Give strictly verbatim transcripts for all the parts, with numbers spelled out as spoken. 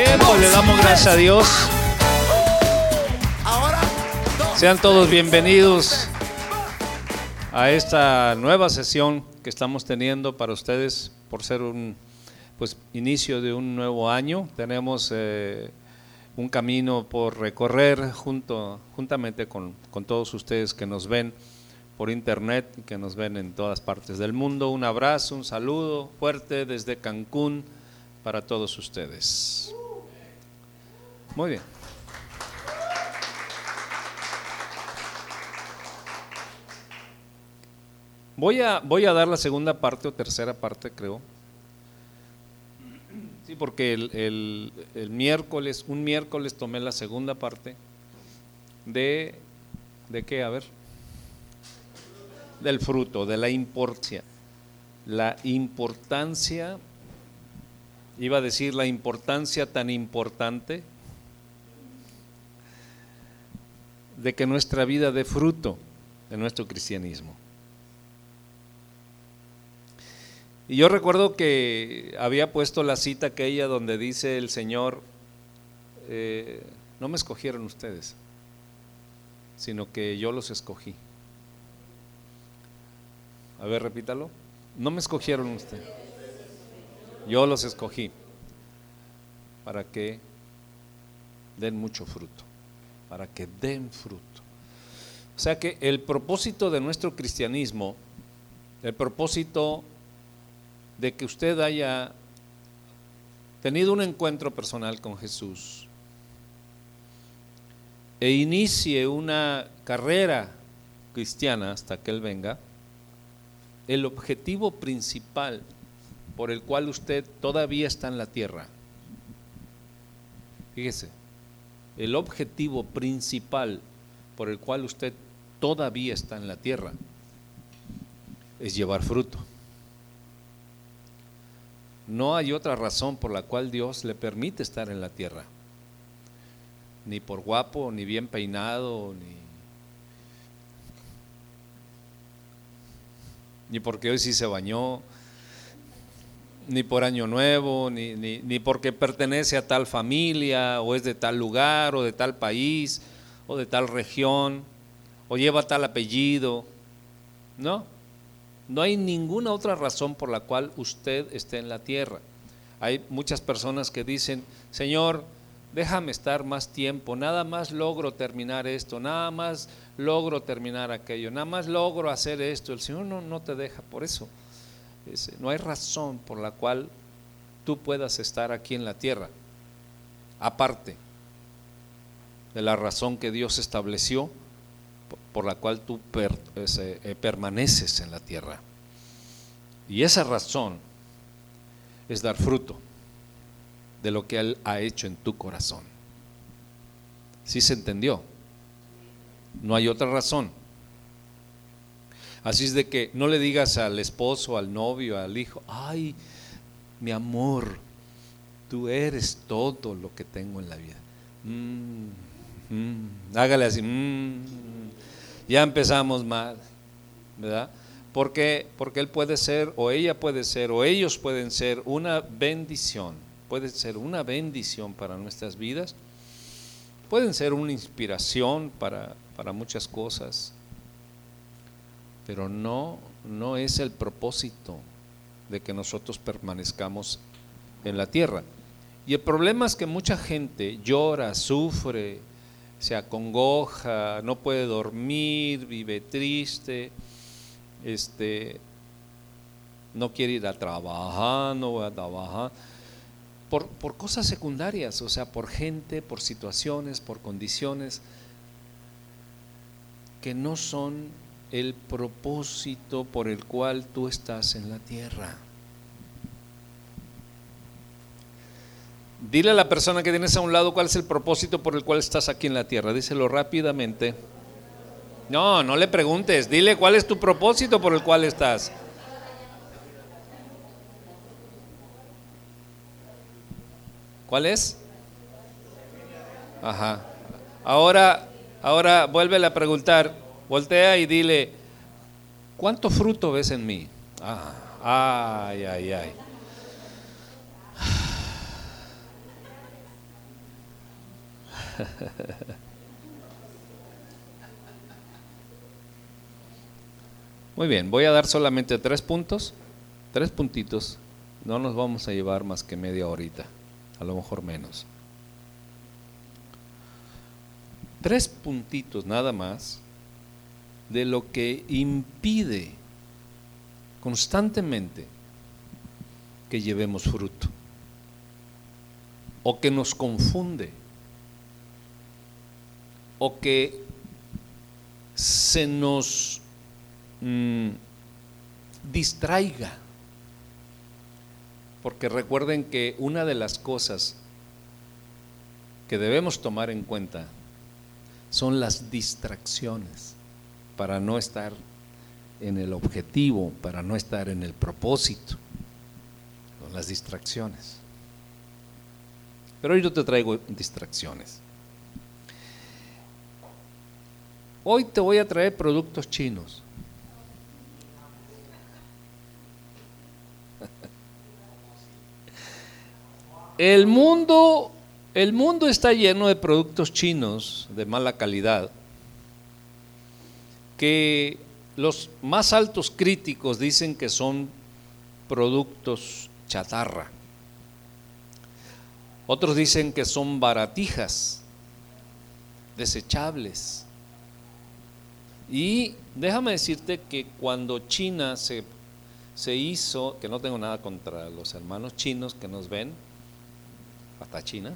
Bien, pues le damos gracias a Dios. Sean todos bienvenidos a esta nueva sesión que estamos teniendo para ustedes por ser un pues inicio de un nuevo año. Tenemos eh, un camino por recorrer junto, juntamente con, con todos ustedes que nos ven por internet y que nos ven en todas partes del mundo. Un abrazo, un saludo fuerte desde Cancún para todos ustedes. Muy bien. Voy a, voy a dar la segunda parte o tercera parte, creo. Sí, porque el, el, el miércoles, un miércoles tomé la segunda parte de, ¿de qué? A ver. Del fruto, de la importancia. La importancia, iba a decir la importancia tan importante de que nuestra vida dé fruto de nuestro cristianismo. Y yo recuerdo que había puesto la cita aquella donde dice el Señor, eh, no me escogieron ustedes, sino que yo los escogí. A ver, repítalo. No me escogieron ustedes, yo los escogí para que den mucho fruto, para que den fruto. O sea que el propósito de nuestro cristianismo, el propósito de que usted haya tenido un encuentro personal con Jesús e inicie una carrera cristiana hasta que Él venga, el objetivo principal por el cual usted todavía está en la tierra, fíjese, el objetivo principal por el cual usted todavía está en la tierra es llevar fruto. No hay otra razón por la cual Dios le permite estar en la tierra, ni por guapo, ni bien peinado, ni, ni porque hoy sí se bañó, ni por año nuevo, ni, ni, ni porque pertenece a tal familia, o es de tal lugar, o de tal país, o de tal región, o lleva tal apellido. No. No hay ninguna otra razón por la cual usted esté en la tierra. Hay muchas personas que dicen, Señor, déjame estar más tiempo, nada más logro terminar esto, nada más logro terminar aquello, nada más logro hacer esto. El Señor no, no te deja por eso. Es, no hay razón por la cual tú puedas estar aquí en la tierra, aparte de la razón que Dios estableció por la cual tú per, eh, permaneces en la tierra. Y esa razón es dar fruto de lo que Él ha hecho en tu corazón. ¿Sí se entendió? No hay otra razón. Así es de que no le digas al esposo, al novio, al hijo, ay, mi amor, tú eres todo lo que tengo en la vida. Mm, mm, hágale así, mm, ya empezamos mal, ¿verdad? Porque, porque él puede ser, o ella puede ser, o ellos pueden ser una bendición, puede ser una bendición para nuestras vidas, pueden ser una inspiración para, para muchas cosas, pero no, no es el propósito de que nosotros permanezcamos en la tierra. Y el problema es que mucha gente llora, sufre, se acongoja, no puede dormir, vive triste, este, no quiere ir a trabajar, no va a trabajar, por, por cosas secundarias, o sea, por gente, por situaciones, por condiciones que no son el propósito por el cual tú estás en la tierra. Dile a la persona que tienes a un lado cuál es el propósito por el cual estás aquí en la tierra. Díselo rápidamente. No, no le preguntes. Dile cuál es tu propósito por el cual estás. ¿Cuál es? Ajá. Ahora, ahora vuélvele a preguntar. Voltea y dile, ¿cuánto fruto ves en mí? Ah, ay, ay, ay. Muy bien, voy a dar solamente tres puntos, tres puntitos. No nos vamos a llevar más que media horita, a lo mejor menos. Tres puntitos nada más de lo que impide constantemente que llevemos fruto o que nos confunde o que se nos mmm, distraiga. Porque recuerden que una de las cosas que debemos tomar en cuenta son las distracciones para no estar en el objetivo, para no estar en el propósito. Son las distracciones. Pero hoy yo te traigo distracciones. Hoy te voy a traer productos chinos. El mundo, el mundo está lleno de productos chinos de mala calidad, que los más altos críticos dicen que son productos chatarra. Otros dicen que son baratijas, desechables. Y déjame decirte que cuando China se, se hizo, que no tengo nada contra los hermanos chinos que nos ven, hasta China,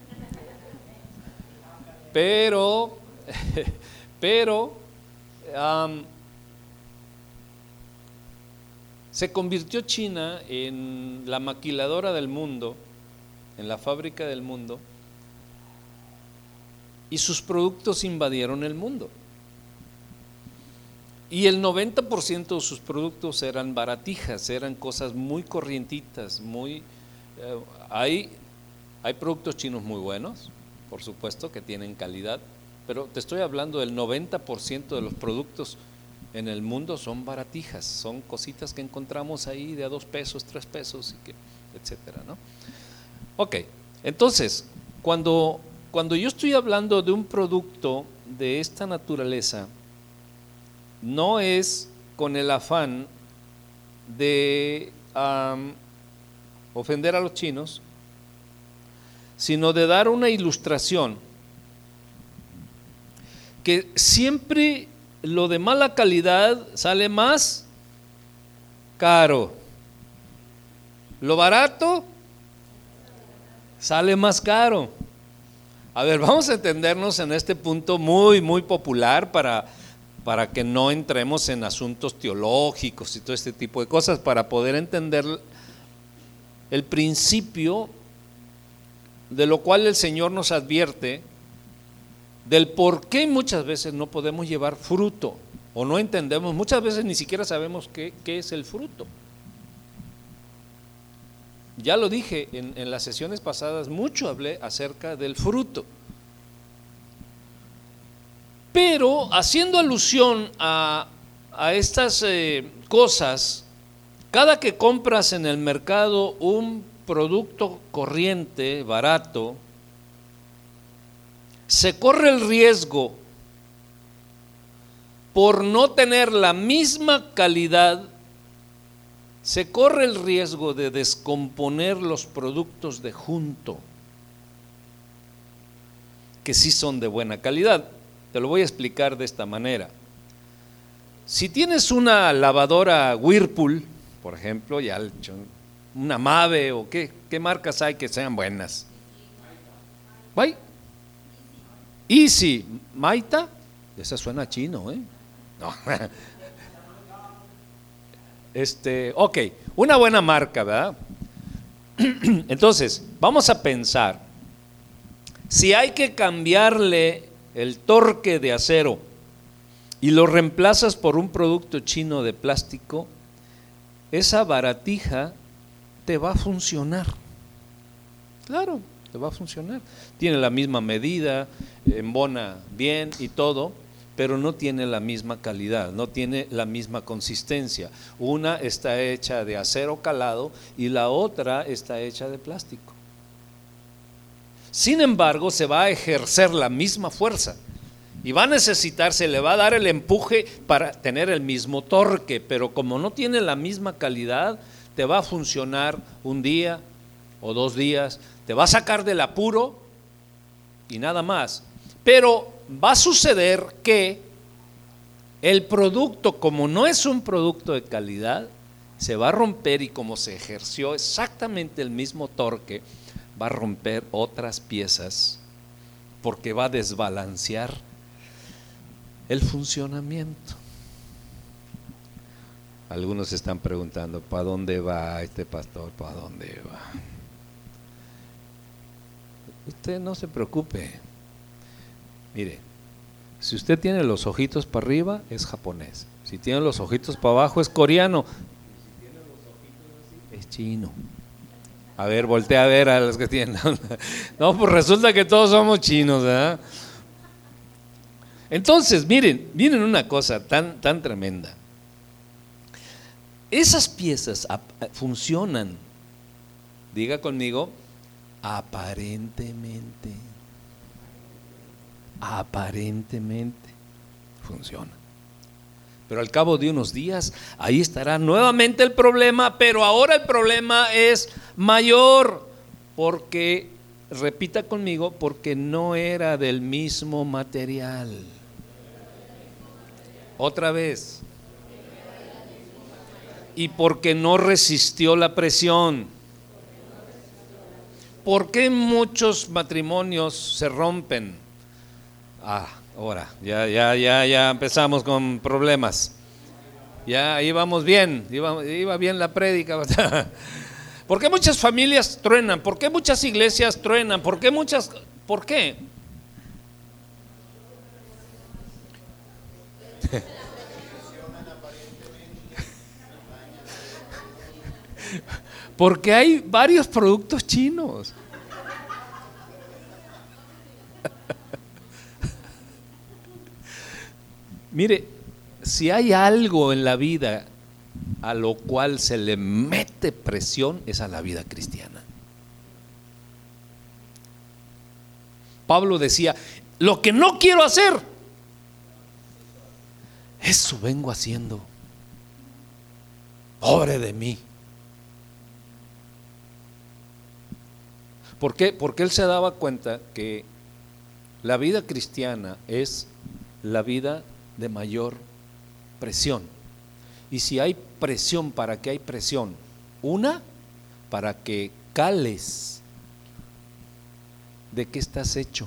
pero, pero um, se convirtió China en la maquiladora del mundo, en la fábrica del mundo, y sus productos invadieron el mundo. Y el noventa por ciento de sus productos eran baratijas, eran cosas muy corrientitas, muy eh, hay, hay productos chinos muy buenos, por supuesto, que tienen calidad, pero te estoy hablando del noventa por ciento de los productos en el mundo son baratijas, son cositas que encontramos ahí de a dos pesos, tres pesos, y que, etcétera, ¿no? Ok, entonces, cuando, cuando yo estoy hablando de un producto de esta naturaleza, no es con el afán de um, ofender a los chinos, sino de dar una ilustración que siempre lo de mala calidad sale más caro, lo barato sale más caro. A ver, vamos a entendernos en este punto muy, muy popular para, para que no entremos en asuntos teológicos y todo este tipo de cosas, para poder entender el principio de lo cual el Señor nos advierte del por qué muchas veces no podemos llevar fruto o no entendemos, muchas veces ni siquiera sabemos qué, qué es el fruto. Ya lo dije en, en las sesiones pasadas, mucho hablé acerca del fruto, pero haciendo alusión a, a estas eh, cosas, cada que compras en el mercado un producto corriente, barato, se corre el riesgo, por no tener la misma calidad, se corre el riesgo de descomponer los productos de junto, que sí son de buena calidad. Te lo voy a explicar de esta manera. Si tienes una lavadora Whirlpool, por ejemplo, ya una Mave o qué, qué marcas hay que sean buenas. ¿Vai? Easy, Maita, esa suena chino, ¿eh? No. Este, ok, una buena marca, ¿verdad? Entonces, vamos a pensar, si hay que cambiarle el torque de acero y lo reemplazas por un producto chino de plástico, esa baratija te va a funcionar. Claro, te va a funcionar. Tiene la misma medida, embona bien y todo, pero no tiene la misma calidad, no tiene la misma consistencia. Una está hecha de acero calado y la otra está hecha de plástico. Sin embargo, se va a ejercer la misma fuerza y va a necesitar, se le va a dar el empuje para tener el mismo torque, pero como no tiene la misma calidad, te va a funcionar un día o dos días, te va a sacar del apuro y nada más. Pero va a suceder que el producto, como no es un producto de calidad, se va a romper, y como se ejerció exactamente el mismo torque, va a romper otras piezas porque va a desbalancear el funcionamiento. Algunos están preguntando, ¿para dónde va este pastor? ¿Para dónde va? Usted no se preocupe. Mire, si usted tiene los ojitos para arriba, es japonés. Si tiene los ojitos para abajo, es coreano. Si tiene los ojitos así, es chino. A ver, voltea a ver a los que tienen. No, pues resulta que todos somos chinos, ¿verdad? Entonces, miren, miren una cosa tan, tan tremenda. Esas piezas funcionan, diga conmigo, aparentemente. Aparentemente funciona. Pero al cabo de unos días, ahí estará nuevamente el problema, pero ahora el problema es mayor, porque, repita conmigo, porque no era del mismo material. Otra vez. Y porque no resistió la presión. ¿Por qué muchos matrimonios se rompen? Ah, ahora, ya, ya, ya, ya empezamos con problemas. Ya íbamos bien, iba, iba bien la prédica. ¿Por qué muchas familias truenan? ¿Por qué muchas iglesias truenan? ¿Por qué muchas? ¿Por qué? Porque hay varios productos chinos. Mire, si hay algo en la vida a lo cual se le mete presión, es a la vida cristiana. Pablo decía, lo que no quiero hacer, eso vengo haciendo. Pobre de mí. ¿Por qué? Porque él se daba cuenta que la vida cristiana es la vida de mayor presión. Y si hay presión, ¿para qué hay presión? Una, para que cales de qué estás hecho.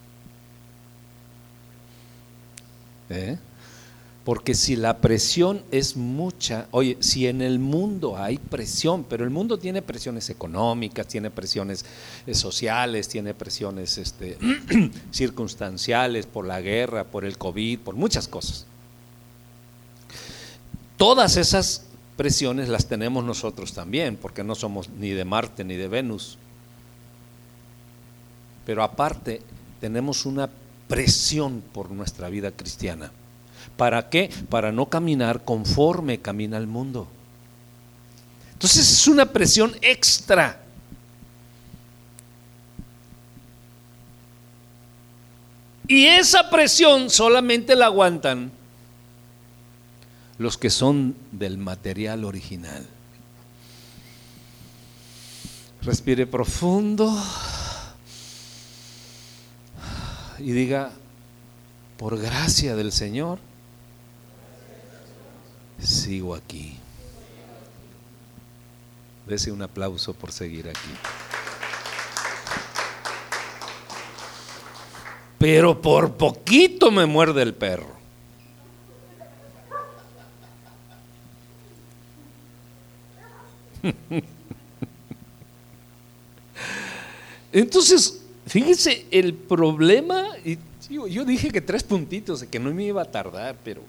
¿Eh? Porque si la presión es mucha, oye, si en el mundo hay presión, pero el mundo tiene presiones económicas, tiene presiones eh, sociales, tiene presiones este, circunstanciales por la guerra, por el COVID, por muchas cosas. Todas esas presiones las tenemos nosotros también, porque no somos ni de Marte ni de Venus. Pero aparte, tenemos una presión por nuestra vida cristiana. ¿Para qué? Para no caminar conforme camina el mundo. Entonces es una presión extra. Y esa presión solamente la aguantan los que son del material original. Respire profundo y diga, por gracia del Señor, sigo aquí. Dese un aplauso por seguir aquí. Pero por poquito me muerde el perro. Entonces, fíjese el problema. Y yo, yo dije que tres puntitos, que no me iba a tardar, pero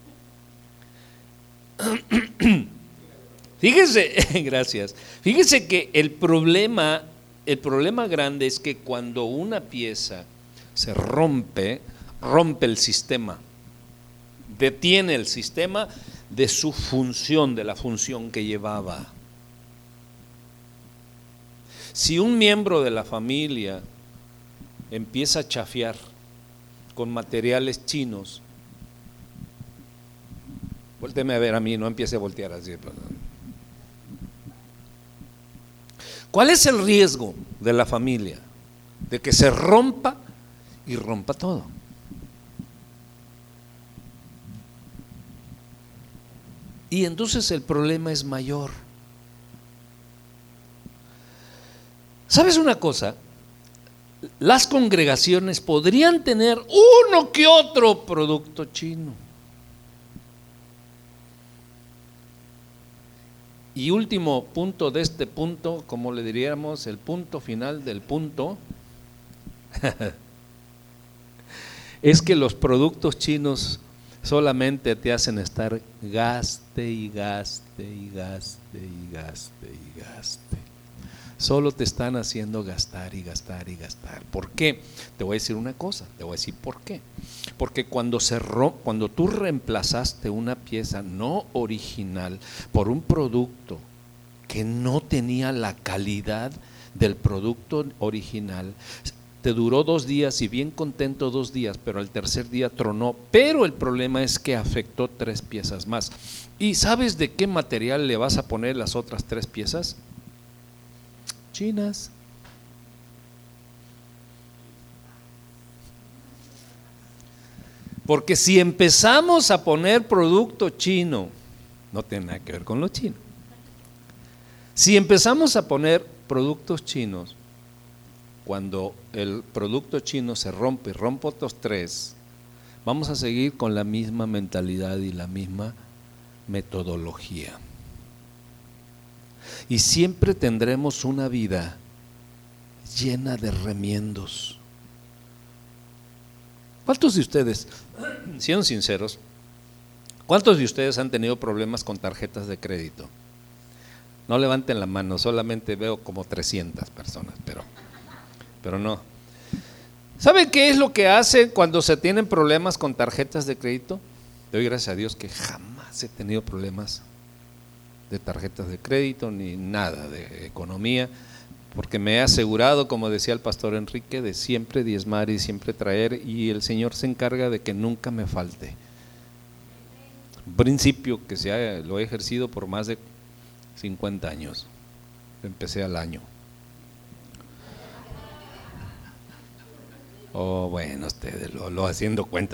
fíjese, gracias. Fíjese que el problema, el problema grande es que cuando una pieza se rompe, rompe el sistema, detiene el sistema de su función, de la función que llevaba. Si un miembro de la familia empieza a chafiar con materiales chinos. Vuélteme a ver a mí, no empiece a voltear así. ¿Cuál es el riesgo de la familia? De que se rompa y rompa todo. Y entonces el problema es mayor. ¿Sabes una cosa? Las congregaciones podrían tener uno que otro producto chino. Y último punto de este punto, como le diríamos, el punto final del punto, es que los productos chinos solamente te hacen estar gaste y gaste y gaste y gaste y gaste. Solo te están haciendo gastar y gastar y gastar. ¿Por qué? Te voy a decir una cosa, te voy a decir por qué. Porque cuando, se ro- cuando tú reemplazaste una pieza no original por un producto que no tenía la calidad del producto original, te duró dos días y bien contento dos días, pero al tercer día tronó. Pero el problema es que afectó tres piezas más. ¿Y sabes de qué material le vas a poner las otras tres piezas? Chinas. Porque si empezamos a poner producto chino, no tiene nada que ver con lo chino. Si empezamos a poner productos chinos, cuando el producto chino se rompe y rompe otros tres, vamos a seguir con la misma mentalidad y la misma metodología. Y siempre tendremos una vida llena de remiendos. ¿Cuántos de ustedes, siendo sinceros, cuántos de ustedes han tenido problemas con tarjetas de crédito? No levanten la mano, solamente veo como trescientas personas, pero, pero no. ¿Saben qué es lo que hace cuando se tienen problemas con tarjetas de crédito? Doy gracias a Dios que jamás he tenido problemas de tarjetas de crédito ni nada de economía, porque me he asegurado, como decía el pastor Enrique, de siempre diezmar y siempre traer, y el Señor se encarga de que nunca me falte. Un principio que se ha, lo he ejercido por más de cincuenta años. Empecé al año. Oh, bueno, ustedes lo, lo haciendo cuenta.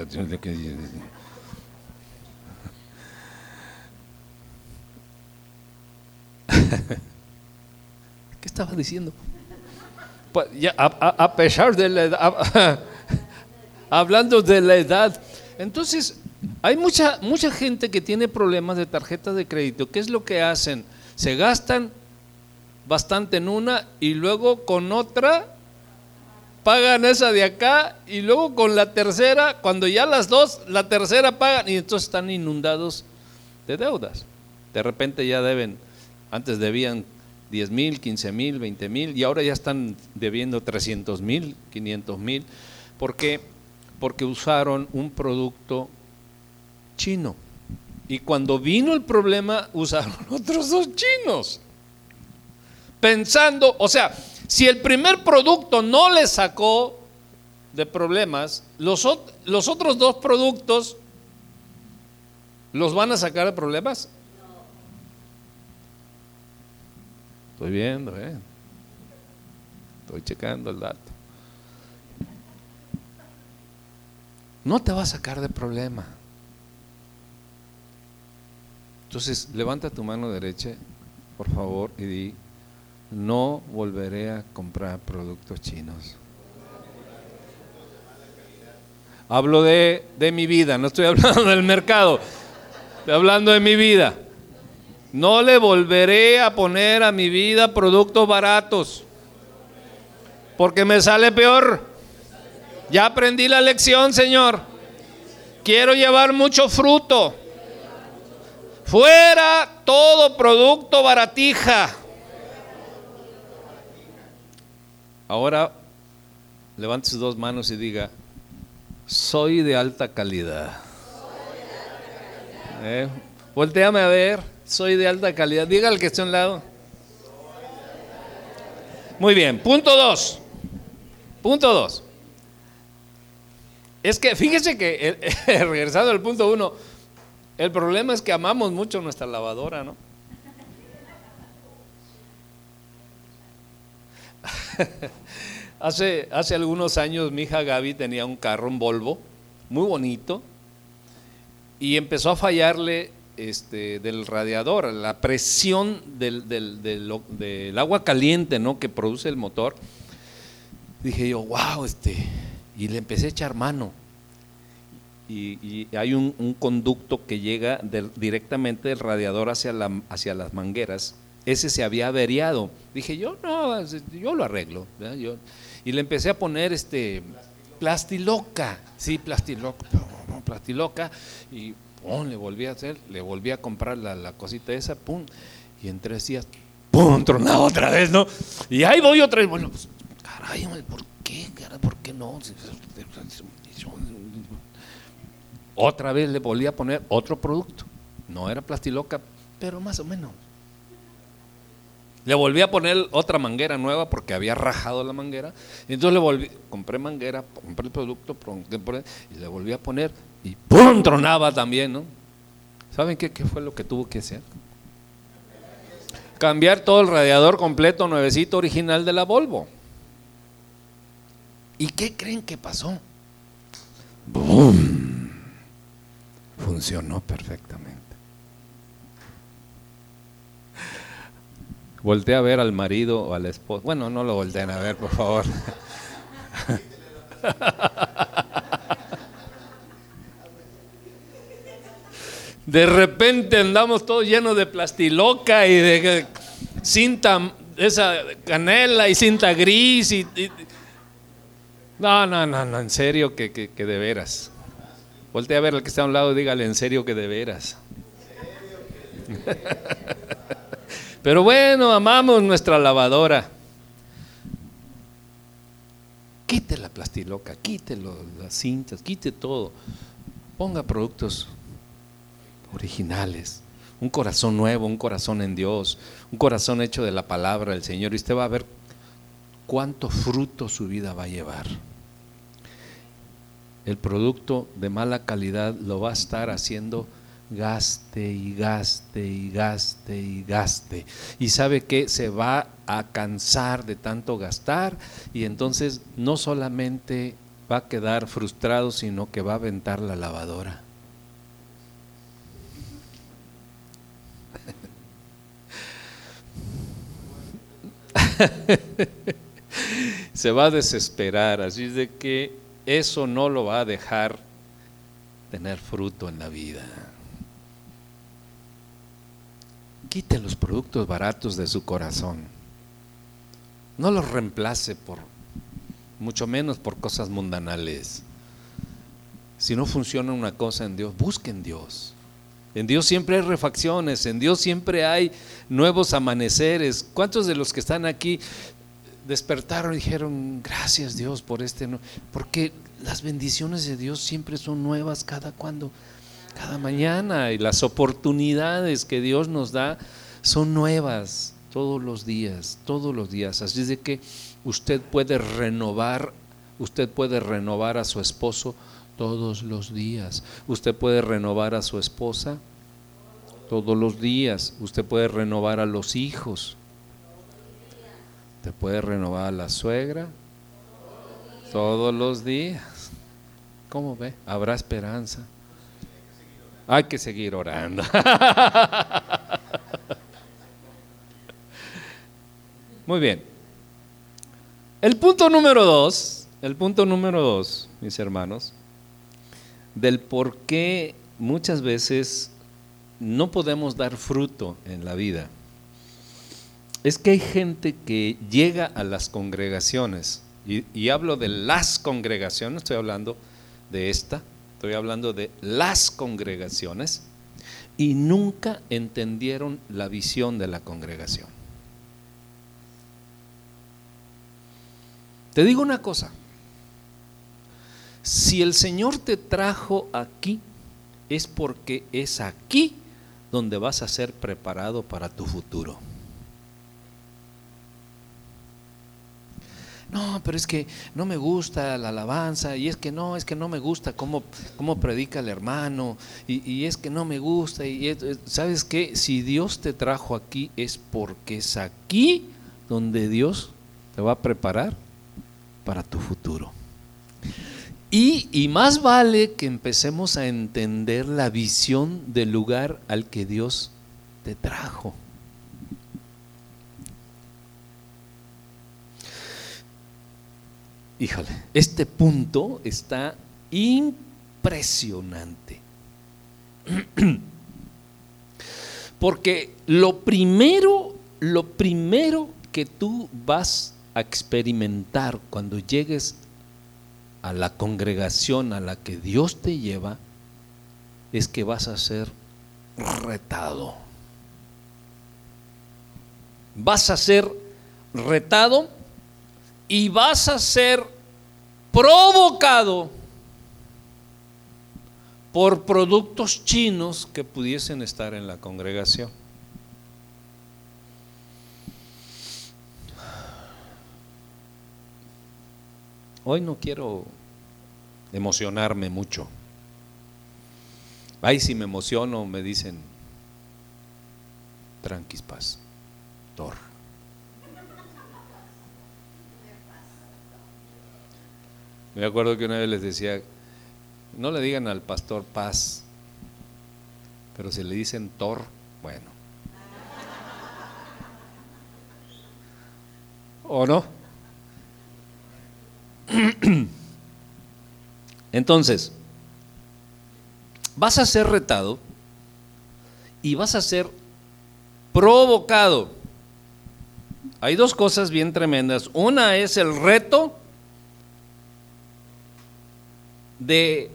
¿Qué estaba diciendo? Pues ya, a, a, a pesar de la edad, a, hablando de la edad, entonces hay mucha, mucha gente que tiene problemas de tarjetas de crédito. ¿Qué es lo que hacen? Se gastan bastante en una y luego con otra pagan esa de acá y luego con la tercera, cuando ya las dos, la tercera pagan y entonces están inundados de deudas. De repente ya deben, antes debían diez mil, quince mil, veinte mil y ahora ya están debiendo trescientos mil, quinientos mil. ¿Por qué? Porque usaron un producto chino y cuando vino el problema usaron otros dos chinos. Pensando, o sea, si el primer producto no le sacó de problemas, los, los otros dos productos ¿los van a sacar de problemas? Estoy viendo, ¿eh? Estoy checando el dato. No te va a sacar de problema. Entonces, levanta tu mano derecha, por favor, y di: no volveré a comprar productos chinos. Hablo de, de mi vida, no estoy hablando del mercado, estoy hablando de mi vida. No le volveré a poner a mi vida productos baratos, porque me sale peor. Ya aprendí la lección, Señor. Quiero llevar mucho fruto. Fuera todo producto baratija. Ahora levante sus dos manos y diga: soy de alta calidad. Eh, voltéame a ver, soy de alta calidad. Diga al que esté a un lado. Muy bien, punto dos. Punto dos. Es que fíjese que, eh, regresando al punto uno, el problema es que amamos mucho nuestra lavadora, ¿no? hace, hace algunos años mi hija Gaby tenía un carro, un Volvo, muy bonito, y empezó a fallarle este, del radiador, la presión del, del, del, del agua caliente, ¿no?, que produce el motor. Dije yo, wow, este, y le empecé a echar mano. Y, y hay un, un conducto que llega del, directamente del radiador hacia, la, hacia las mangueras. Ese se había averiado. Dije yo, no, yo lo arreglo, yo, y le empecé a poner este plastiloca, sí, plastiloca, plastiloca, y pum, le volví a hacer, le volví a comprar la, la cosita esa, pum, y en tres días, pum, tronado otra vez, ¿no? Y ahí voy otra vez, bueno, pues, caray, ¿por qué? ¿Por qué no? Otra vez le volví a poner otro producto, no era plastiloca, pero más o menos. Le volví a poner otra manguera nueva porque había rajado la manguera. Entonces le volví, compré manguera, compré el producto, y le volví a poner y ¡pum! Tronaba también, ¿no? ¿Saben qué, qué fue lo que tuvo que hacer? Cambiar todo el radiador completo, nuevecito, original de la Volvo. ¿Y qué creen que pasó? ¡Bum! Funcionó perfectamente. Voltea a ver al marido o al esposo. Bueno, no lo volteen a ver, por favor. De repente andamos todos llenos de plastiloca y de cinta, esa canela y cinta gris. Y, y, no, no, no, no, en serio que, que, que de veras. Voltea a ver al que está a un lado y dígale, en serio que de veras. Pero bueno, amamos nuestra lavadora. Quite la plastiloca, quite lo, las cintas, quite todo. Ponga productos originales, un corazón nuevo, un corazón en Dios, un corazón hecho de la palabra del Señor, y usted va a ver cuánto fruto su vida va a llevar. El producto de mala calidad lo va a estar haciendo gaste y gaste y gaste y gaste, y sabe que se va a cansar de tanto gastar, y entonces no solamente va a quedar frustrado, sino que va a aventar la lavadora. Se va a desesperar, así es de que eso no lo va a dejar tener fruto en la vida. Quite los productos baratos de su corazón, no los reemplace por, mucho menos por cosas mundanales. Si no funciona una cosa en Dios, busque en Dios. En Dios siempre hay refacciones, en Dios siempre hay nuevos amaneceres. ¿Cuántos de los que están aquí despertaron y dijeron, gracias Dios por este? No, porque las bendiciones de Dios siempre son nuevas cada cuando, cada mañana, y las oportunidades que Dios nos da son nuevas todos los días, todos los días. Así es de que usted puede renovar, usted puede renovar a su esposo todos los días. Usted puede renovar a su esposa todos los días. Usted puede renovar a los hijos. Usted puede renovar a la suegra todos los días. ¿Cómo ve? Habrá esperanza. Hay que seguir orando. Muy bien. El punto número dos, el punto número dos, mis hermanos, del por qué muchas veces no podemos dar fruto en la vida, es que hay gente que llega a las congregaciones, y, y hablo de las congregaciones, no estoy hablando de esta, estoy hablando de las congregaciones, y nunca entendieron la visión de la congregación. Te digo una cosa, si el Señor te trajo aquí, es porque es aquí donde vas a ser preparado para tu futuro. No, pero es que no me gusta la alabanza, y es que no, es que no me gusta cómo, cómo predica el hermano, y, y es que no me gusta. Y es, ¿sabes qué? Si Dios te trajo aquí es porque es aquí donde Dios te va a preparar para tu futuro. Y, y más vale que empecemos a entender la visión del lugar al que Dios te trajo. Híjole, este punto está impresionante. Porque lo primero, lo primero que tú vas a experimentar cuando llegues a la congregación a la que Dios te lleva es que vas a ser retado. Vas a ser retado y vas a ser provocado por productos chinos que pudiesen estar en la congregación. Hoy no quiero emocionarme mucho. Ay, si me emociono me dicen tranquis pastor. Me acuerdo que una vez les decía, no le digan al pastor paz, pero si le dicen tor, bueno. ¿O no? Entonces, vas a ser retado y vas a ser provocado. Hay dos cosas bien tremendas. Una es el reto de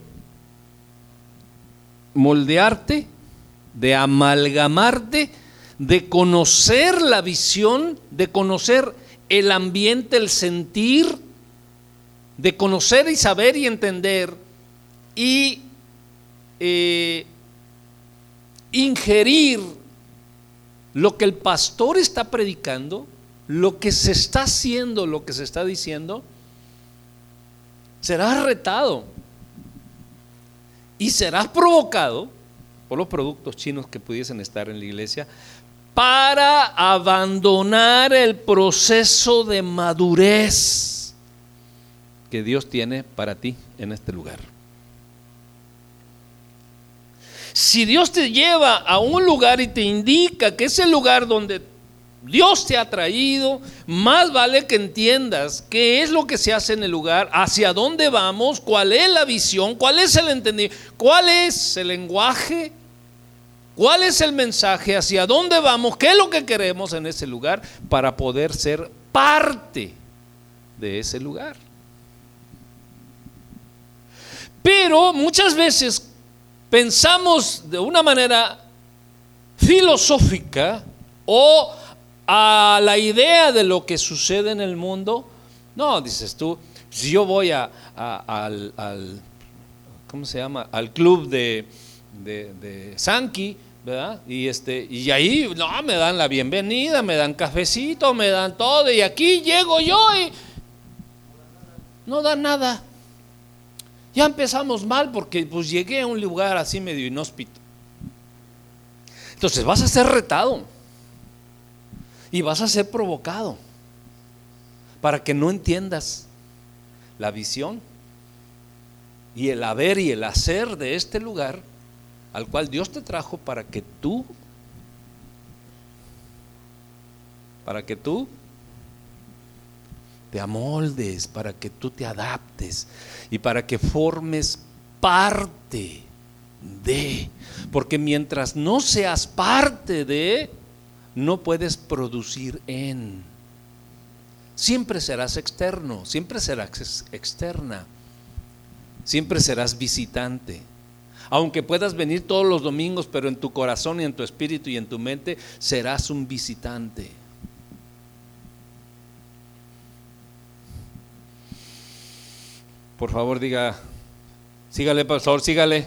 moldearte, de amalgamarte, de conocer la visión, de conocer el ambiente, el sentir, de conocer y saber y entender y eh, ingerir lo que el pastor está predicando, lo que se está haciendo, lo que se está diciendo. Serás retado y serás provocado por los productos chinos que pudiesen estar en la iglesia para abandonar el proceso de madurez que Dios tiene para ti en este lugar. Si Dios te lleva a un lugar y te indica que es el lugar donde Dios te ha traído, más vale que entiendas qué es lo que se hace en el lugar, hacia dónde vamos, cuál es la visión, cuál es el entendimiento, cuál es el lenguaje, cuál es el mensaje, hacia dónde vamos, qué es lo que queremos en ese lugar para poder ser parte de ese lugar. Pero muchas veces pensamos de una manera filosófica o a la idea de lo que sucede en el mundo. No, dices tú, si yo voy a, a, al, al, ¿cómo se llama? Al club de, de, de Sankey, ¿verdad? Y, este, y ahí no, me dan la bienvenida, me dan cafecito, me dan todo, y aquí llego yo y no dan nada. Ya empezamos mal porque pues llegué a un lugar así medio inhóspito. Entonces vas a ser retado y vas a ser provocado para que no entiendas la visión y el haber y el hacer de este lugar al cual Dios te trajo para que tú para que tú te amoldes, para que tú te adaptes y para que formes parte de, porque mientras no seas parte de, no puedes producir en. Siempre serás externo, siempre serás externa, siempre serás visitante. Aunque puedas venir todos los domingos, pero en tu corazón y en tu espíritu y en tu mente serás un visitante. Por favor, diga, sígale, pastor, sígale.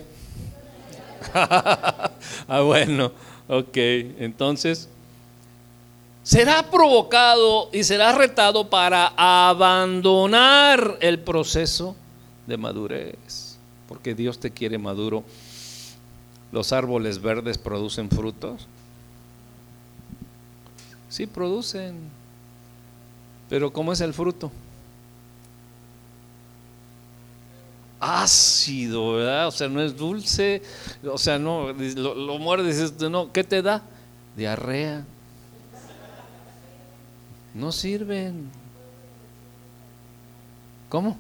Ah, bueno, ok, entonces, será provocado y será retado para abandonar el proceso de madurez, porque Dios te quiere maduro. ¿Los árboles verdes producen frutos? Sí, producen, pero ¿cómo es el fruto? Ácido, ¿verdad? O sea, no es dulce, o sea, no, lo, lo muerdes y dices, no, ¿qué te da? Diarrea. No sirven. ¿Cómo?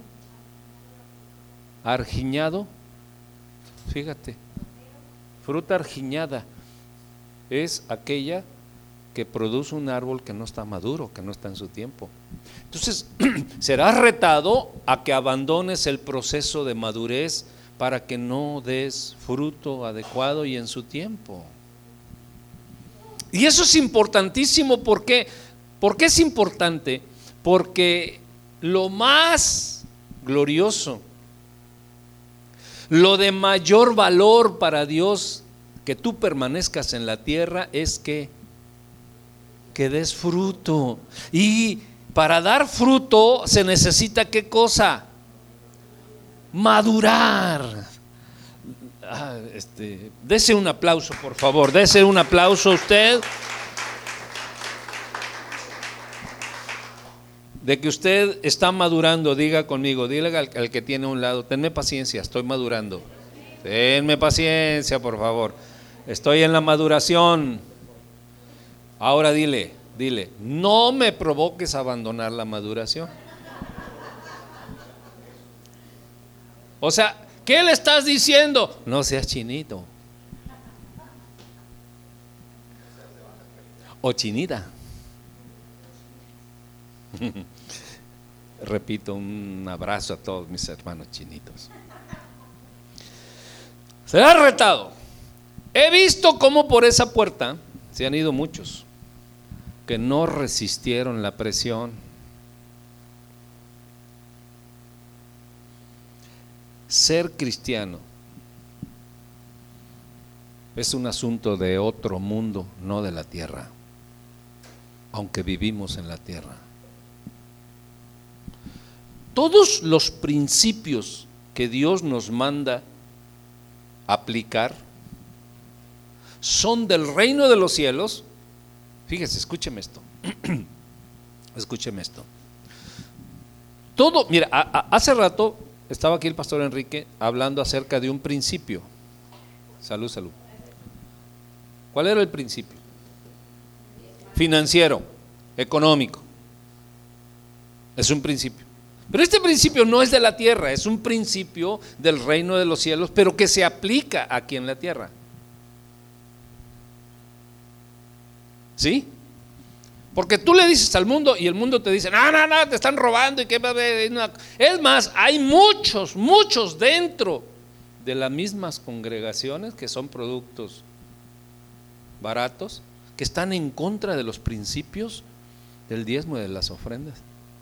Argiñado. Fíjate, fruta argiñada es aquella que produce un árbol que no está maduro, que no está en su tiempo. Entonces, serás retado a que abandones el proceso de madurez para que no des fruto adecuado y en su tiempo. Y eso es importantísimo. ¿Por qué? ¿Por qué es importante? Porque lo más glorioso, lo de mayor valor para Dios que tú permanezcas en la tierra es que que des fruto. Y para dar fruto se necesita ¿qué cosa? Madurar. Ah, este, dese un aplauso, por favor, dese un aplauso a usted de que usted está madurando. Diga conmigo, dile al, al que tiene a un lado, tenme paciencia, estoy madurando. Tenme paciencia, por favor, estoy en la maduración. Ahora dile, dile, no me provoques a abandonar la maduración. O sea, ¿qué le estás diciendo? No seas chinito o chinita. Repito, un abrazo a todos mis hermanos chinitos. Será retado. He visto cómo por esa puerta se han ido muchos que no resistieron la presión. Ser cristiano es un asunto de otro mundo, no de la tierra, aunque vivimos en la tierra. Todos los principios que Dios nos manda aplicar son del reino de los cielos. Fíjese, escúcheme esto. Escúcheme esto. Todo, mira, a, a, hace rato estaba aquí el pastor Enrique hablando acerca de un principio. Salud, salud. ¿Cuál era el principio? Financiero, económico. Es un principio. Pero este principio no es de la tierra, es un principio del reino de los cielos, pero que se aplica aquí en la tierra. ¿Sí? Porque tú le dices al mundo y el mundo te dice, no, no, no, te están robando y qué. Es más, hay muchos, muchos dentro de las mismas congregaciones que son productos baratos, que están en contra de los principios del diezmo y de las ofrendas.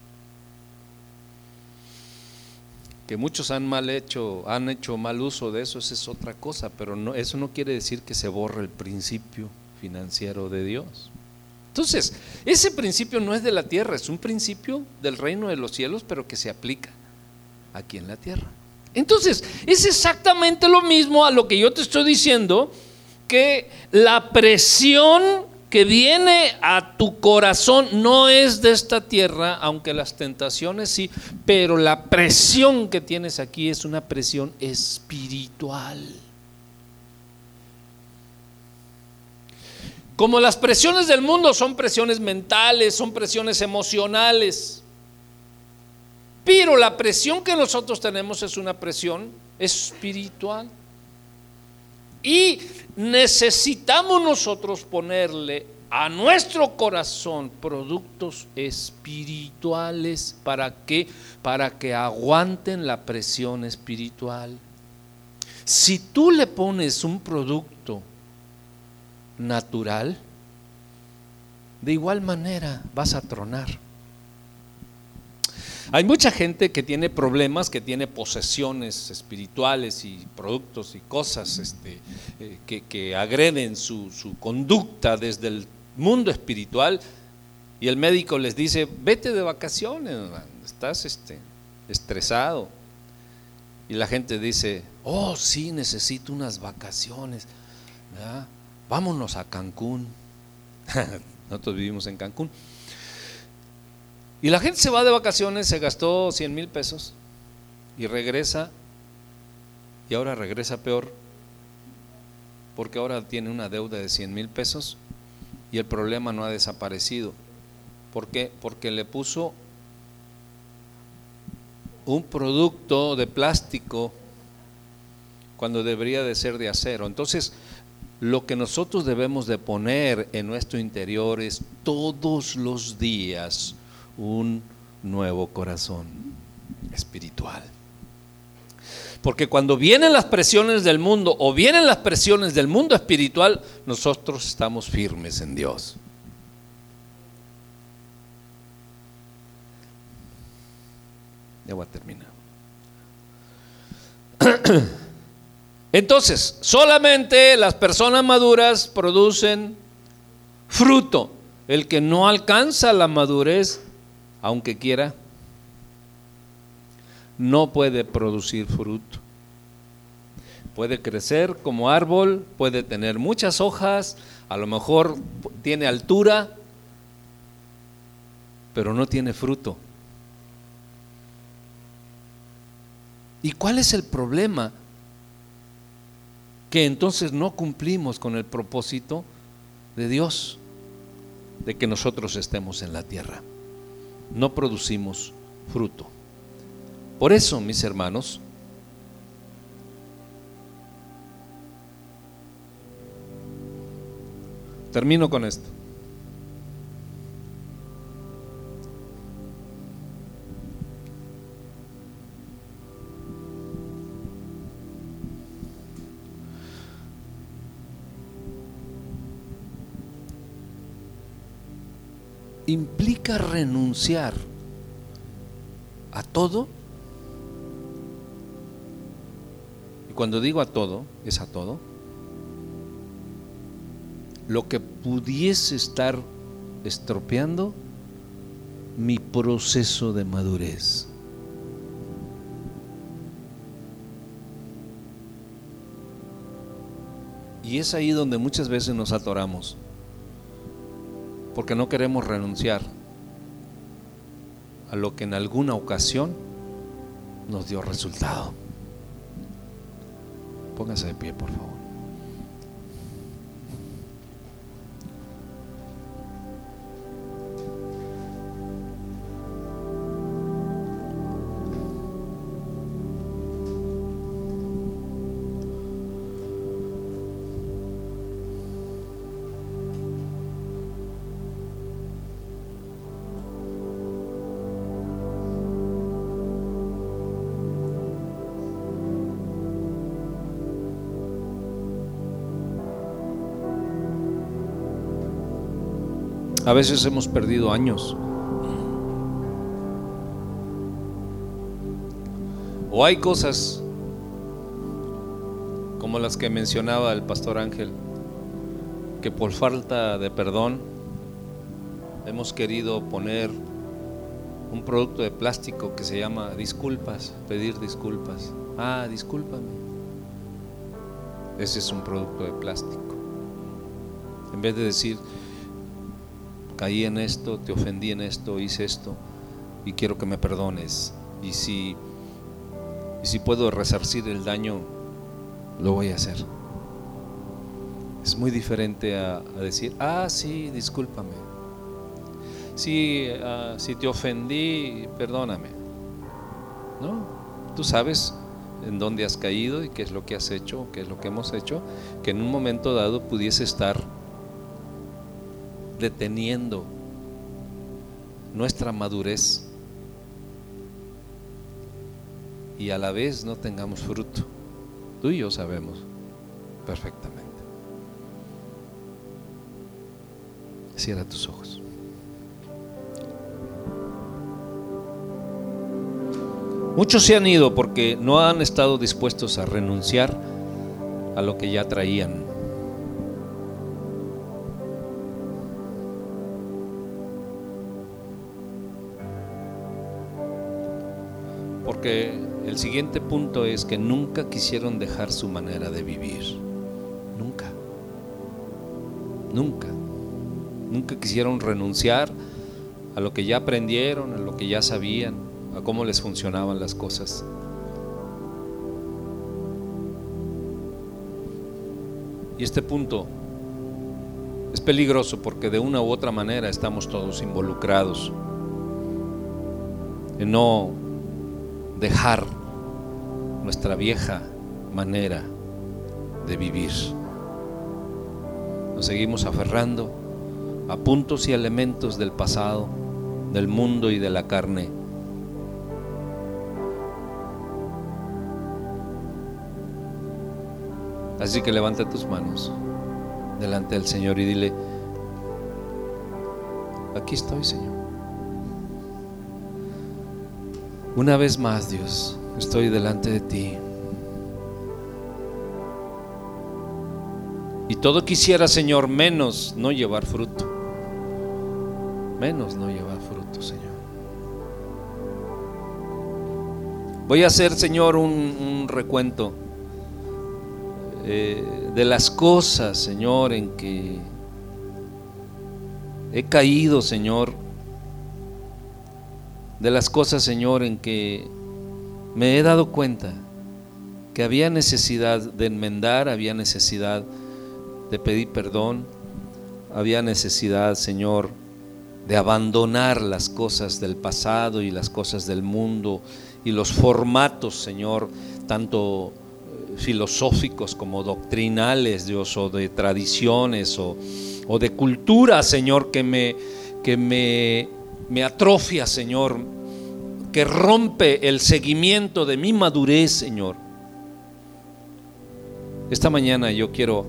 Que muchos han mal hecho, han hecho mal uso de eso, esa es otra cosa, pero no, eso no quiere decir que se borre el principio financiero de Dios. Entonces, ese principio no es de la tierra, es un principio del reino de los cielos, pero que se aplica aquí en la tierra. Entonces, es exactamente lo mismo a lo que yo te estoy diciendo, que la presión que viene a tu corazón no es de esta tierra, aunque las tentaciones sí, pero la presión que tienes aquí es una presión espiritual. Como las presiones del mundo son presiones mentales, son presiones emocionales, pero la presión que nosotros tenemos es una presión espiritual. Y necesitamos nosotros ponerle a nuestro corazón productos espirituales. ¿Para qué? Para que aguanten la presión espiritual. Si tú le pones un producto natural, de igual manera vas a tronar. Hay mucha gente que tiene problemas, que tiene posesiones espirituales y productos y cosas este, eh, que, que agreden su, su conducta desde el mundo espiritual, Y el médico les dice: vete de vacaciones, estás este, estresado. Y la gente dice: oh, sí, necesito unas vacaciones, ¿verdad? Vámonos a Cancún. Nosotros vivimos en Cancún. Y la gente se va de vacaciones, se gastó cien mil pesos y regresa, y ahora regresa peor, porque ahora tiene una deuda de cien mil pesos y el problema no ha desaparecido. ¿Por qué? Porque le puso un producto de plástico cuando debería de ser de acero. Entonces, lo que nosotros debemos de poner en nuestro interior es todos los días un nuevo corazón espiritual. Porque cuando vienen las presiones del mundo o vienen las presiones del mundo espiritual, nosotros estamos firmes en Dios. Ya voy a terminar. Entonces, solamente las personas maduras producen fruto. El que no alcanza la madurez, aunque quiera, no puede producir fruto. Puede crecer como árbol, puede tener muchas hojas, a lo mejor tiene altura, pero no tiene fruto. ¿Y cuál es el problema? Que entonces no cumplimos con el propósito de Dios, de que nosotros estemos en la tierra. No producimos fruto. Por eso, mis hermanos, termino con esto. Implica renunciar a todo. Y cuando digo a todo, es a todo lo que pudiese estar estropeando mi proceso de madurez. Y es ahí donde muchas veces nos atoramos, porque no queremos renunciar a lo que en alguna ocasión nos dio resultado. Póngase de pie, por favor. A veces hemos perdido años. O hay cosas como las que mencionaba el pastor Ángel, que por falta de perdón hemos querido poner un producto de plástico que se llama disculpas, pedir disculpas. Ah, discúlpame. Ese es un producto de plástico. En vez de decir: caí en esto, te ofendí en esto, hice esto y quiero que me perdones, y si, y si puedo resarcir el daño, lo voy a hacer. Es muy diferente a, a decir: ah, sí, discúlpame, sí, uh, si te ofendí, perdóname. No, tú sabes en dónde has caído y qué es lo que has hecho, qué es lo que hemos hecho, que en un momento dado pudiese estar deteniendo nuestra madurez y a la vez no tengamos fruto. Tú y yo sabemos perfectamente. Cierra tus ojos. Muchos se han ido porque no han estado dispuestos a renunciar a lo que ya traían. Porque el siguiente punto es que nunca quisieron dejar su manera de vivir. Nunca. Nunca. Nunca quisieron renunciar a lo que ya aprendieron, a lo que ya sabían, a cómo les funcionaban las cosas. Y este punto es peligroso porque de una u otra manera estamos todos involucrados en no dejar nuestra vieja manera de vivir. Nos seguimos aferrando a puntos y elementos del pasado, del mundo y de la carne. Así que levanta tus manos delante del Señor y dile: aquí estoy, Señor. Una vez más, Dios, estoy delante de ti. Y todo quisiera, Señor, menos no llevar fruto. Menos no llevar fruto, Señor. Voy a hacer, Señor, un, un recuento eh, de las cosas, Señor, en que he caído, Señor. De las cosas, Señor, en que me he dado cuenta que había necesidad de enmendar, había necesidad de pedir perdón, había necesidad, Señor, de abandonar las cosas del pasado y las cosas del mundo y los formatos, Señor, tanto filosóficos como doctrinales, Dios, o de tradiciones o, o de cultura, Señor, que me, que me, me atrofia, Señor, que rompe el seguimiento de mi madurez, Señor. Esta mañana yo quiero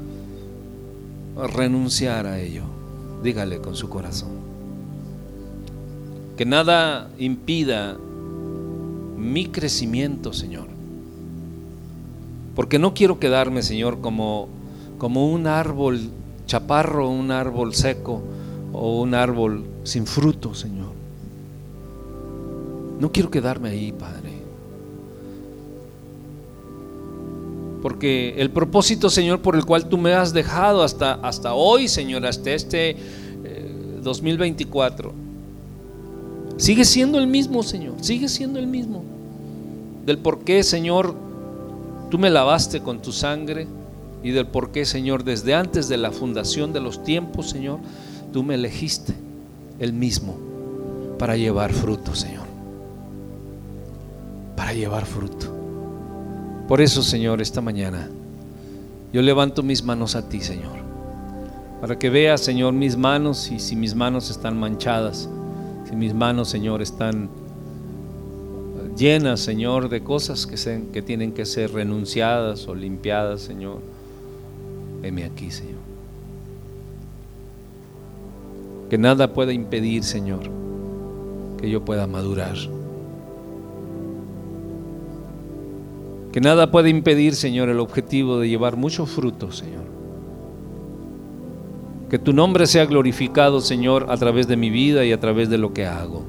renunciar a ello. Dígale con su corazón que nada impida mi crecimiento, Señor, porque no quiero quedarme, Señor, como, como un árbol chaparro, un árbol seco o un árbol sin fruto, Señor. No quiero quedarme ahí, Padre, porque el propósito, Señor, por el cual tú me has dejado hasta, hasta hoy, Señor, hasta este eh, dos mil veinticuatro, sigue siendo el mismo, Señor, sigue siendo el mismo. Del por qué, Señor, tú me lavaste con tu sangre, y del por qué, Señor, desde antes de la fundación de los tiempos, Señor, tú me elegiste el mismo para llevar fruto, Señor, para llevar fruto. Por eso, Señor, esta mañana yo levanto mis manos a ti, Señor, para que veas, Señor, mis manos, y si mis manos están manchadas, si mis manos, Señor, están llenas, Señor, de cosas que, se, que tienen que ser renunciadas o limpiadas, Señor, heme aquí, Señor. Que nada pueda impedir, Señor, que yo pueda madurar. Que nada puede impedir, Señor, el objetivo de llevar mucho fruto, Señor. Que tu nombre sea glorificado, Señor, a través de mi vida y a través de lo que hago.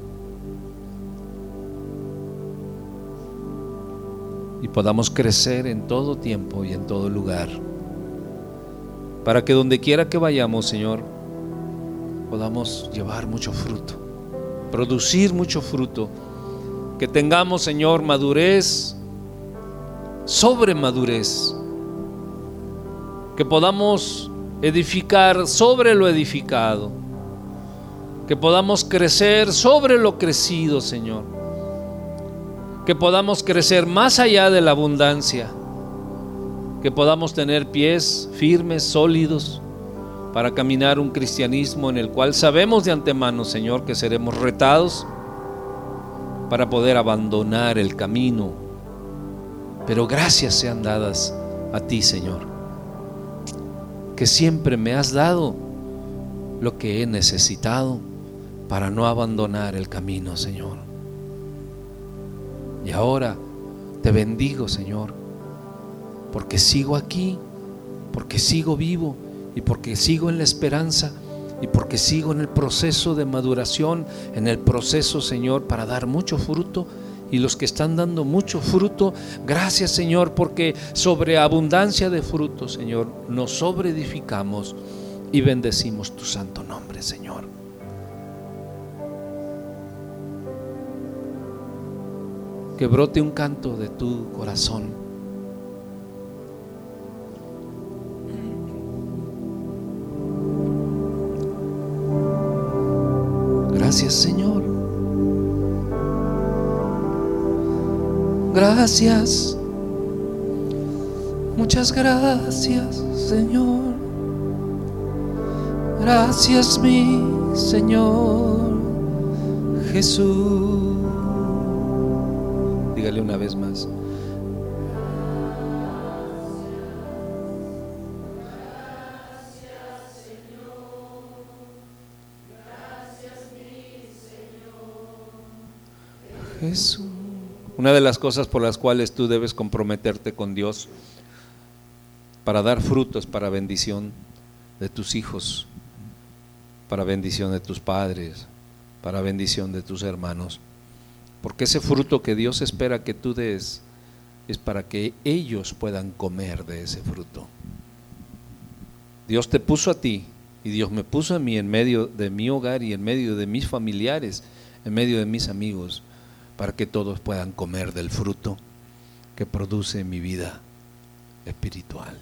Y podamos crecer en todo tiempo y en todo lugar, para que donde quiera que vayamos, Señor, podamos llevar mucho fruto, producir mucho fruto. Que tengamos, Señor, madurez sobre madurez, que podamos edificar sobre lo edificado, que podamos crecer sobre lo crecido, Señor, que podamos crecer más allá de la abundancia, que podamos tener pies firmes, sólidos, para caminar un cristianismo en el cual sabemos de antemano, Señor, que seremos retados para poder abandonar el camino. Pero gracias sean dadas a ti, Señor, que siempre me has dado lo que he necesitado para no abandonar el camino, Señor. Y ahora te bendigo, Señor, porque sigo aquí, porque sigo vivo y porque sigo en la esperanza y porque sigo en el proceso de maduración, en el proceso, Señor, para dar mucho fruto Y los que están dando mucho fruto, gracias, Señor, porque sobre abundancia de fruto, Señor, nos sobreedificamos y bendecimos tu santo nombre, Señor. Que brote un canto de tu corazón. Gracias, Señor. Gracias. Muchas gracias, Señor. Gracias, mi Señor Jesús. Dígale una vez más. Jesús. Una de las cosas por las cuales tú debes comprometerte con Dios para dar frutos para bendición de tus hijos, para bendición de tus padres, para bendición de tus hermanos, porque ese fruto que Dios espera que tú des es para que ellos puedan comer de ese fruto. Dios te puso a ti y Dios me puso a mí en medio de mi hogar y en medio de mis familiares, en medio de mis amigos, para que todos puedan comer del fruto que produce mi vida espiritual.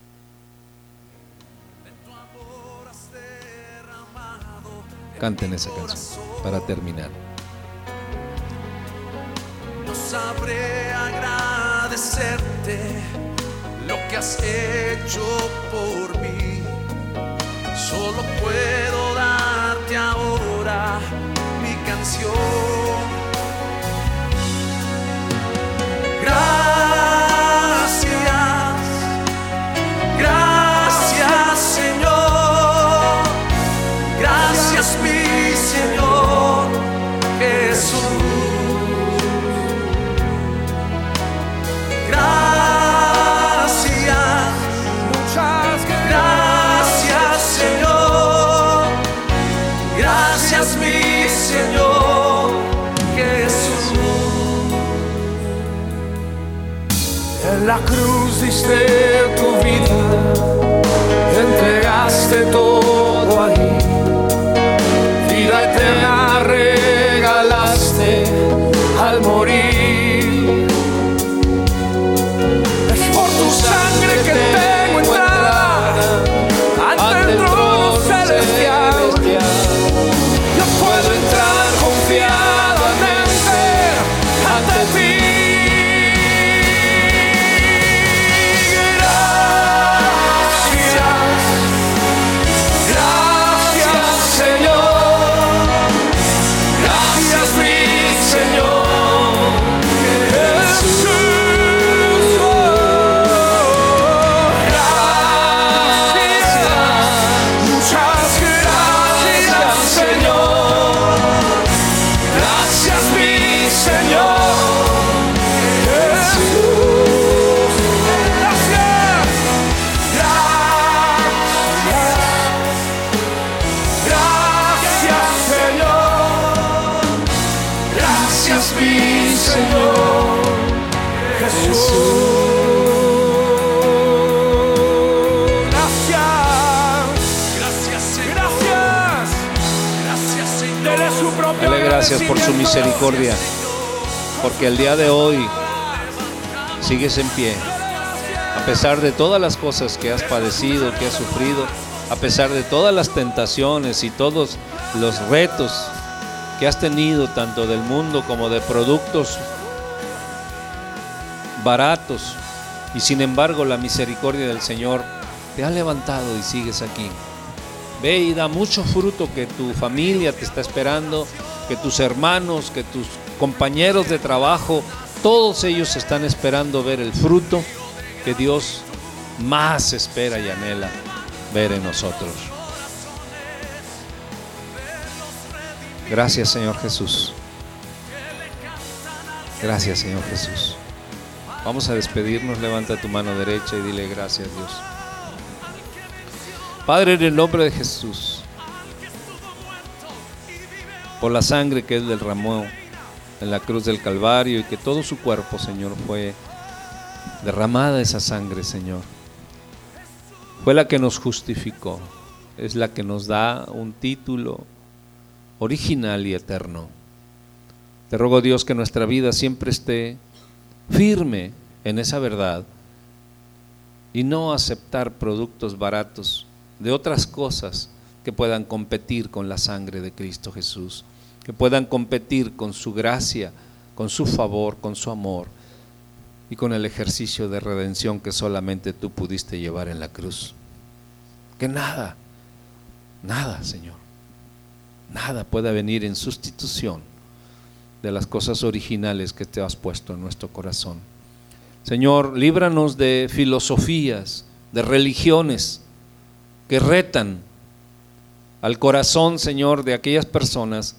Canten esa canción para terminar. No sabré agradecerte lo que has hecho por mí. Solo puedo darte ahora mi canción. Gracias, gracias, Señor. Gracias, mi Señor Jesús. Gracias, muchas gracias, Señor. Gracias, mi Señor Jesús. En la cruz diste tu vida, entregaste todo ahí. Vida eterna regalaste al morir. Es por tu sangre que tengo entrada ante el trono celestial. Yo puedo entrar confiadamente ante ti. Gracias por su misericordia, porque el día de hoy sigues en pie, a pesar de todas las cosas que has padecido, que has sufrido, a pesar de todas las tentaciones y todos los retos que has tenido, tanto del mundo como de productos baratos, y sin embargo la misericordia del Señor te ha levantado y sigues aquí. Ve y da mucho fruto, que tu familia te está esperando, que tus hermanos, que tus compañeros de trabajo, todos ellos están esperando ver el fruto que Dios más espera y anhela ver en nosotros. Gracias, Señor Jesús. Gracias, Señor Jesús. Vamos a despedirnos. Levanta tu mano derecha y dile gracias, Dios. Padre, en el nombre de Jesús, por la sangre que Él derramó en la cruz del Calvario y que todo su cuerpo, Señor, fue derramada esa sangre, Señor. Fue la que nos justificó, es la que nos da un título original y eterno. Te ruego, Dios, que nuestra vida siempre esté firme en esa verdad y no aceptar productos baratos de otras cosas que puedan competir con la sangre de Cristo Jesús, que puedan competir con su gracia, con su favor, con su amor y con el ejercicio de redención que solamente tú pudiste llevar en la cruz. Que nada, nada, Señor, nada pueda venir en sustitución de las cosas originales que te has puesto en nuestro corazón. Señor, líbranos de filosofías, de religiones que retan al corazón, Señor, de aquellas personas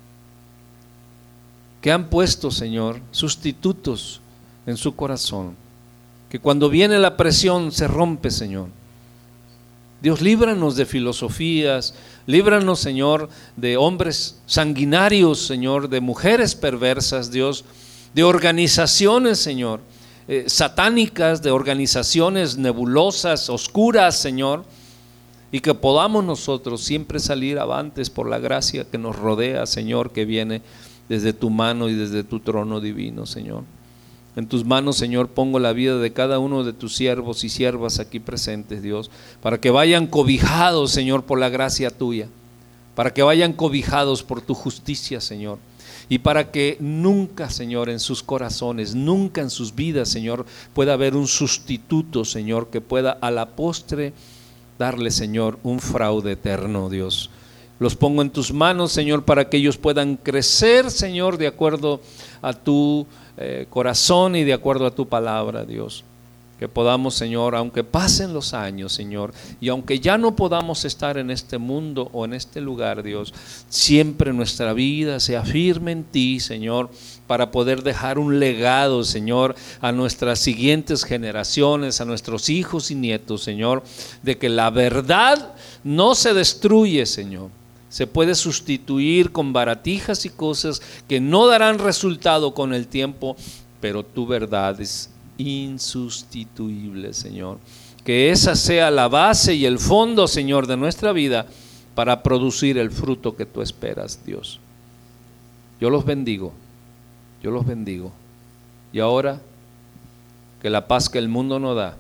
que han puesto, Señor, sustitutos en su corazón, que cuando viene la presión se rompe, Señor. Dios, líbranos de filosofías, líbranos, Señor, de hombres sanguinarios, Señor, de mujeres perversas, Dios, de organizaciones, Señor, eh, satánicas, de organizaciones nebulosas, oscuras, Señor, y que podamos nosotros siempre salir avantes por la gracia que nos rodea, Señor, que viene desde tu mano y desde tu trono divino, Señor. En tus manos, Señor, pongo la vida de cada uno de tus siervos y siervas aquí presentes, Dios, para que vayan cobijados, Señor, por la gracia tuya, para que vayan cobijados por tu justicia, Señor, y para que nunca, Señor, en sus corazones, nunca en sus vidas, Señor, pueda haber un sustituto, Señor, que pueda a la postre darle, Señor, un fraude eterno, Dios. Los pongo en tus manos, Señor, para que ellos puedan crecer, Señor, de acuerdo a tu eh, corazón y de acuerdo a tu palabra, Dios. Que podamos, Señor, aunque pasen los años, Señor, y aunque ya no podamos estar en este mundo o en este lugar, Dios, siempre nuestra vida sea firme en ti, Señor, para poder dejar un legado, Señor, a nuestras siguientes generaciones, a nuestros hijos y nietos, Señor, de que la verdad no se destruye, Señor. Se puede sustituir con baratijas y cosas que no darán resultado con el tiempo, pero tu verdad es insustituible, Señor. Que esa sea la base y el fondo, Señor, de nuestra vida para producir el fruto que tú esperas, Dios. Yo los bendigo, yo los bendigo. Y ahora, que la paz que el mundo no da,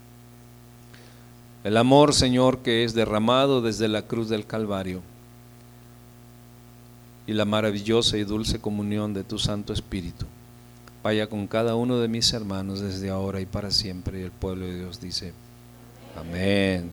el amor, Señor, que es derramado desde la cruz del Calvario, y la maravillosa y dulce comunión de tu Santo Espíritu vaya con cada uno de mis hermanos desde ahora y para siempre. Y el pueblo de Dios dice: amén.